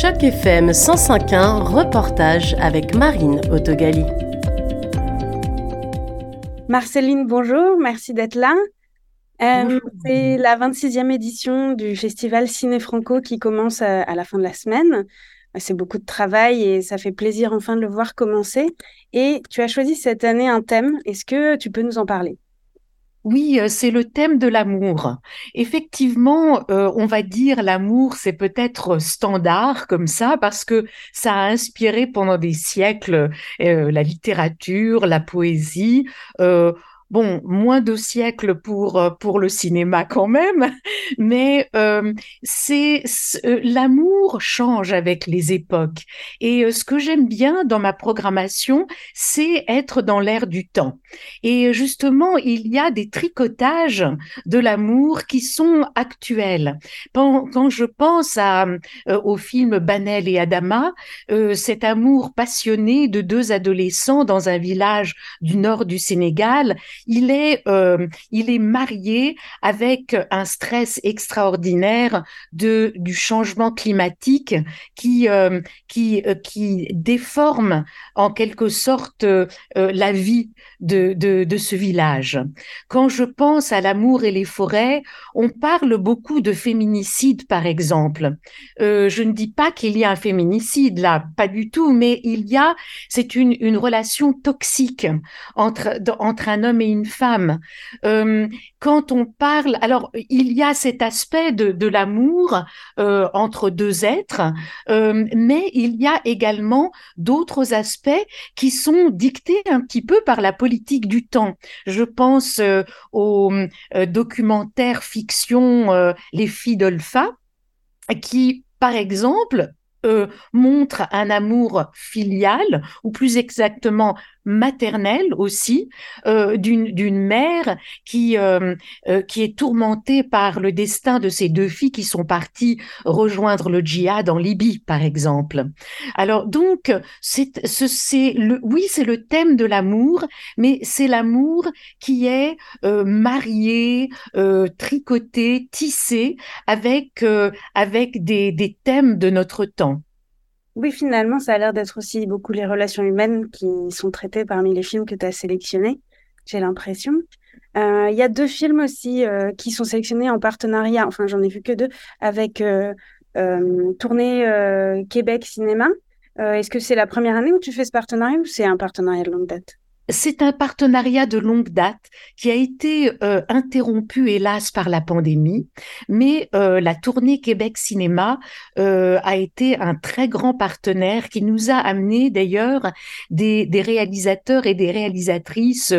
Choc FM 105.1, reportage avec Marine Autogali. Marceline, bonjour, merci d'être là. Bonjour. C'est la 26e édition du festival Ciné Franco qui commence à la fin de la semaine. C'est beaucoup de travail et ça fait plaisir enfin de le voir commencer. Et tu as choisi cette année un thème. Est-ce que tu peux nous en parler? Oui, c'est le thème de l'amour. Effectivement, on va dire l'amour, c'est peut-être standard comme ça parce que ça a inspiré pendant des siècles la littérature, la poésie. Bon, moins de siècles pour le cinéma quand même, mais l'amour change avec les époques. Et ce que j'aime bien dans ma programmation, c'est être dans l'air du temps. Et justement, il y a des tricotages de l'amour qui sont actuels. Quand je pense au film Banel et Adama, cet amour passionné de deux adolescents dans un village du nord du Sénégal, il est marié avec un stress extraordinaire du changement climatique qui déforme en quelque sorte la vie de ce village. Quand je pense à l'amour et les forêts, on parle beaucoup de féminicide, par exemple. Je ne dis pas qu'il y a un féminicide là, pas du tout, mais c'est une relation toxique entre un homme et une femme. Quand on parle, alors il y a cet aspect de l'amour entre deux êtres, mais il y a également d'autres aspects qui sont dictés un petit peu par la politique du temps. Je pense au documentaire fiction Les filles d'Olpha, qui, par exemple, montre un amour filial, ou plus exactement maternel aussi, d'une mère qui est tourmentée par le destin de ses deux filles qui sont parties rejoindre le djihad en Libye, par exemple. Alors donc, oui, c'est le thème de l'amour, mais c'est l'amour qui est marié, tricoté, tissé avec des thèmes de notre temps. Oui, finalement, ça a l'air d'être aussi beaucoup les relations humaines qui sont traitées parmi les films que tu as sélectionnés, j'ai l'impression. Il y a deux films aussi qui sont sélectionnés en partenariat, enfin j'en ai vu que deux, avec Tournée Québec Cinéma. Est-ce que c'est la première année où tu fais ce partenariat ou c'est un partenariat de longue date? C'est un partenariat de longue date qui a été interrompu, hélas, par la pandémie, mais la tournée Québec Cinéma a été un très grand partenaire qui nous a amené d'ailleurs des réalisateurs et des réalisatrices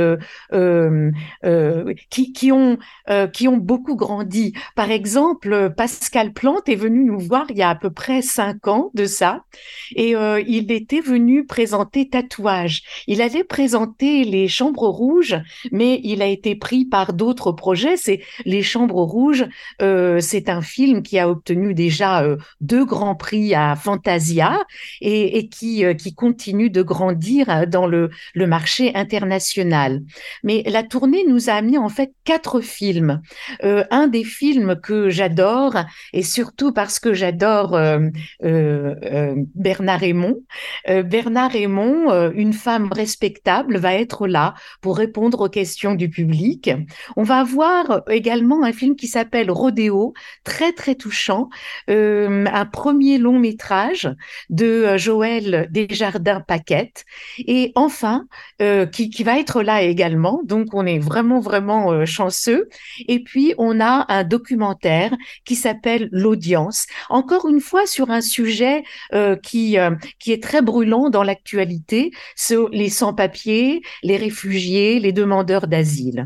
qui ont beaucoup grandi. Par exemple, Pascal Plante est venu nous voir il y a à peu près 5 ans de ça, et il était venu présenter Tatouage. Il avait présenté les Chambres Rouges, mais il a été pris par d'autres projets. C'est les Chambres Rouges, c'est un film qui a obtenu déjà 2 grands prix à Fantasia et qui continue de grandir dans le marché international. Mais la tournée nous a amené en fait 4 films. Un des films que j'adore, et surtout parce que j'adore Bernard Hémon. Bernard Hémon, une femme respectable, va être là pour répondre aux questions du public. On va avoir également un film qui s'appelle Rodéo, très très touchant, un premier long métrage de Joël Desjardins-Paquette, et enfin qui va être là également, donc on est vraiment vraiment chanceux. Et puis on a un documentaire qui s'appelle L'Audience, encore une fois sur un sujet qui est très brûlant dans l'actualité, sur les sans-papiers, les réfugiés, les demandeurs d'asile.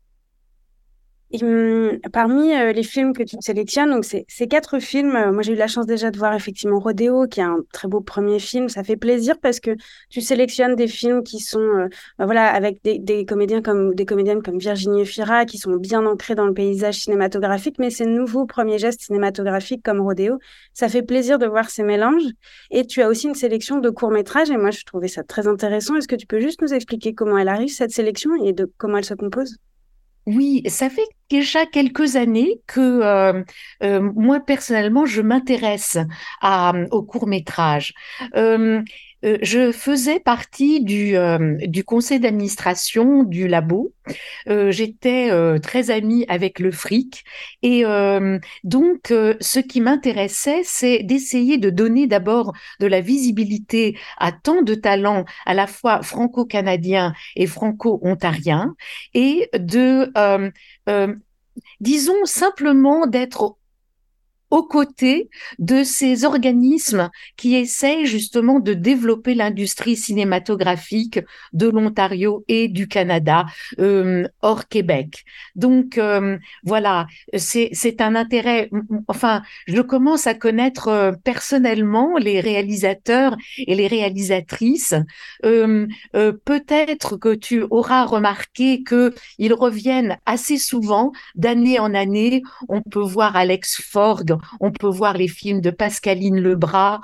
Parmi les films que tu sélectionnes, donc ces 4 films, moi j'ai eu la chance déjà de voir effectivement Rodéo, qui est un très beau premier film. Ça fait plaisir parce que tu sélectionnes des films qui sont voilà, avec des comédiennes comme Virginie Efira, qui sont bien ancrés dans le paysage cinématographique, mais ces nouveaux premiers gestes cinématographiques comme Rodéo, ça fait plaisir de voir ces mélanges. Et tu as aussi une sélection de courts-métrages, et moi je trouvais ça très intéressant. Est-ce que tu peux juste nous expliquer comment elle arrive, cette sélection, et de comment elle se compose? Oui, ça fait déjà quelques années que moi personnellement je m'intéresse au court-métrage. Euh, je faisais partie du conseil d'administration du labo. J'étais très amie avec le fric et donc ce qui m'intéressait, c'est d'essayer de donner d'abord de la visibilité à tant de talents à la fois franco-canadiens et franco-ontariens et euh, disons simplement d'être aux côtés de ces organismes qui essayent justement de développer l'industrie cinématographique de l'Ontario et du Canada, hors Québec. Donc voilà, c'est un intérêt. Enfin, je commence à connaître personnellement les réalisateurs et les réalisatrices. Peut-être que tu auras remarqué que ils reviennent assez souvent d'année en année. On peut voir Alex Forg, on peut voir les films de Pascaline Lebras,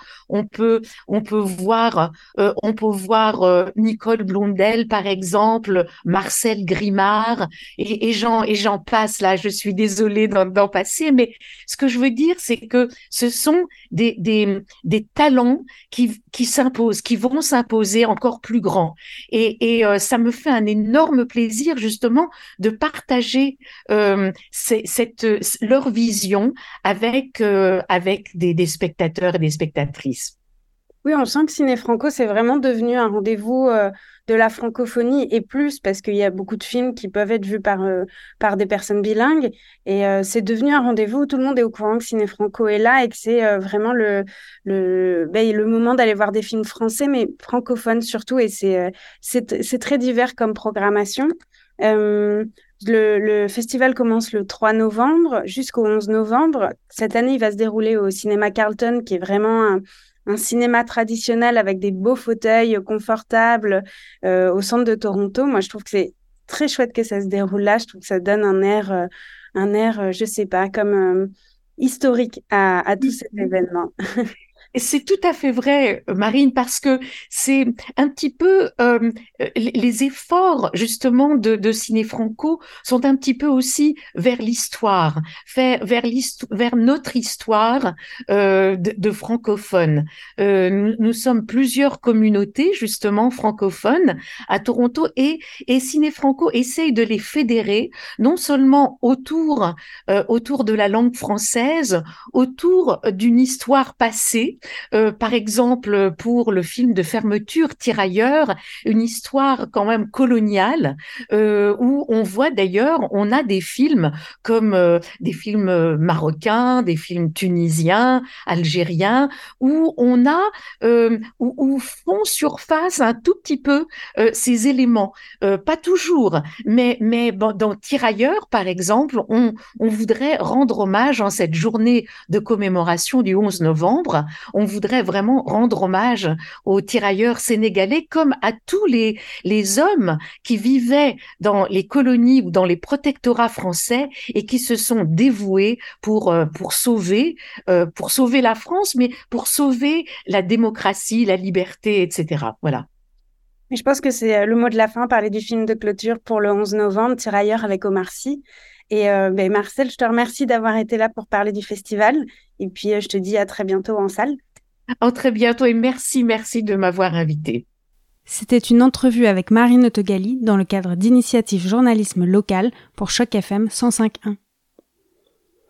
on peut voir Nicole Blondel par exemple, Marcel Grimard et j'en passe là. Je suis désolée d'en passer, mais ce que je veux dire, c'est que ce sont des talents qui s'imposent, qui vont s'imposer encore plus grands. Ça me fait un énorme plaisir justement de partager leur vision avec des spectateurs et des spectatrices. Oui, on sent que Ciné Franco, c'est vraiment devenu un rendez-vous de la francophonie et plus, parce qu'il y a beaucoup de films qui peuvent être vus par des personnes bilingues. Et c'est devenu un rendez-vous où tout le monde est au courant que Ciné Franco est là et que c'est vraiment le moment d'aller voir des films français, mais francophones surtout. Et c'est très divers comme programmation. Euh, le festival commence le 3 novembre jusqu'au 11 novembre. Cette année, il va se dérouler au cinéma Carlton, qui est vraiment un cinéma traditionnel avec des beaux fauteuils confortables au centre de Toronto. Moi, je trouve que c'est très chouette que ça se déroule là. Je trouve que ça donne un air, je sais pas, comme historique à tout cet événement. Et c'est tout à fait vrai, Marine, parce que c'est un petit peu les efforts justement de Ciné Franco sont un petit peu aussi vers l'histoire, vers notre histoire de francophones. Nous sommes plusieurs communautés justement francophones à Toronto et Ciné Franco essaye de les fédérer non seulement autour de la langue française, autour d'une histoire passée. Par exemple, pour le film de fermeture Tirailleurs, une histoire quand même coloniale, où on voit d'ailleurs, on a des films comme des films marocains, des films tunisiens, algériens, où on a, où font surface un tout petit peu ces éléments. Pas toujours, mais bon, dans Tirailleurs, par exemple, on voudrait rendre hommage en cette journée de commémoration du 11 novembre. On voudrait vraiment rendre hommage aux tirailleurs sénégalais comme à tous les hommes qui vivaient dans les colonies ou dans les protectorats français et qui se sont dévoués pour sauver la France, mais pour sauver la démocratie, la liberté, etc. Voilà. Mais je pense que c'est le mot de la fin, parler du film de clôture pour le 11 novembre, Tirailleurs avec Omar Sy. Et Marcel, je te remercie d'avoir été là pour parler du festival. Et puis, je te dis à très bientôt en salle. À très bientôt et merci de m'avoir invité. C'était une entrevue avec Marine Autogali dans le cadre d'Initiative Journalisme Local pour Choc FM 105.1.